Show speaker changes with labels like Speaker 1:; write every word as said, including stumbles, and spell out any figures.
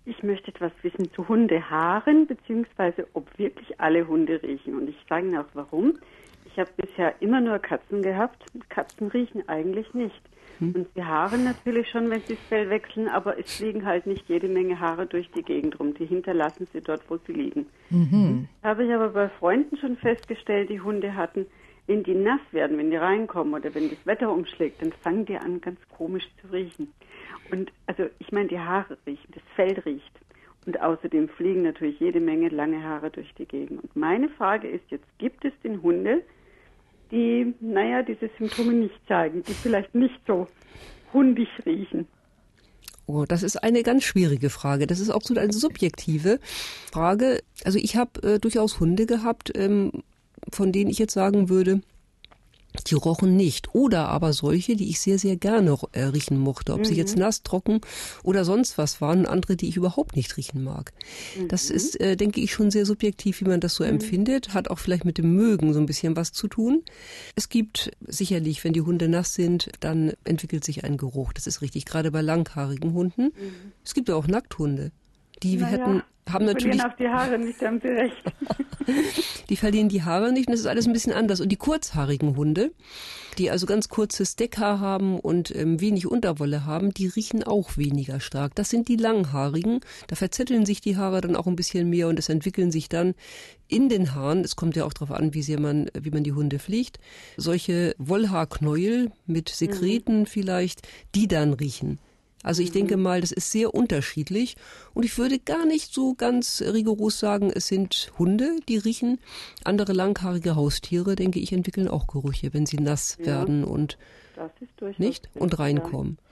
Speaker 1: Ich möchte etwas wissen zu Hundehaaren, beziehungsweise ob wirklich alle Hunde riechen. Und ich sage Ihnen auch warum. Ich habe bisher immer nur Katzen gehabt. Katzen riechen eigentlich nicht. Hm. Und die Haare natürlich schon, wenn sie das Fell wechseln, aber es fliegen halt nicht jede Menge Haare durch die Gegend rum. Die hinterlassen sie dort, wo sie liegen. Mhm. Habe ich aber bei Freunden schon festgestellt, die Hunde hatten, wenn die nass werden, wenn die reinkommen oder wenn das Wetter umschlägt, dann fangen die an, ganz komisch zu riechen. Und also ich meine, die Haare riechen, das Fell riecht. Und außerdem fliegen natürlich jede Menge lange Haare durch die Gegend. Und meine Frage ist jetzt, gibt es denn Hunde, die, naja, diese Symptome nicht zeigen, die vielleicht nicht so hundig riechen?
Speaker 2: Oh, das ist eine ganz schwierige Frage. Das ist auch so eine subjektive Frage. Also ich habe äh, durchaus Hunde gehabt, ähm, von denen ich jetzt sagen würde, die rochen nicht. Oder aber solche, die ich sehr, sehr gerne äh, riechen mochte. Ob mhm. sie jetzt nass, trocken oder sonst was waren. Andere, die ich überhaupt nicht riechen mag. Mhm. Das ist, äh, denke ich, schon sehr subjektiv, wie man das so mhm. empfindet. Hat auch vielleicht mit dem Mögen so ein bisschen was zu tun. Es gibt sicherlich, wenn die Hunde nass sind, dann entwickelt sich ein Geruch. Das ist richtig, gerade bei langhaarigen Hunden. Mhm. Es gibt ja auch Nackthunde. Die naja, hätten, haben
Speaker 1: die
Speaker 2: natürlich.
Speaker 1: Die verlieren auch die Haare nicht, haben Sie recht.
Speaker 2: Die verlieren die Haare nicht und das ist alles ein bisschen anders. Und die kurzhaarigen Hunde, die also ganz kurzes Deckhaar haben und ähm, wenig Unterwolle haben, die riechen auch weniger stark. Das sind die langhaarigen. Da verzetteln sich die Haare dann auch ein bisschen mehr und es entwickeln sich dann in den Haaren, es kommt ja auch darauf an, wie sehr man, wie man die Hunde pflegt, solche Wollhaarknäuel mit Sekreten mhm. vielleicht, die dann riechen. Also ich denke mal, das ist sehr unterschiedlich und ich würde gar nicht so ganz rigoros sagen, es sind Hunde, die riechen. Andere langhaarige Haustiere, denke ich, entwickeln auch Gerüche, wenn sie nass ja, werden und
Speaker 1: das ist
Speaker 2: nicht und reinkommen.
Speaker 1: Ja.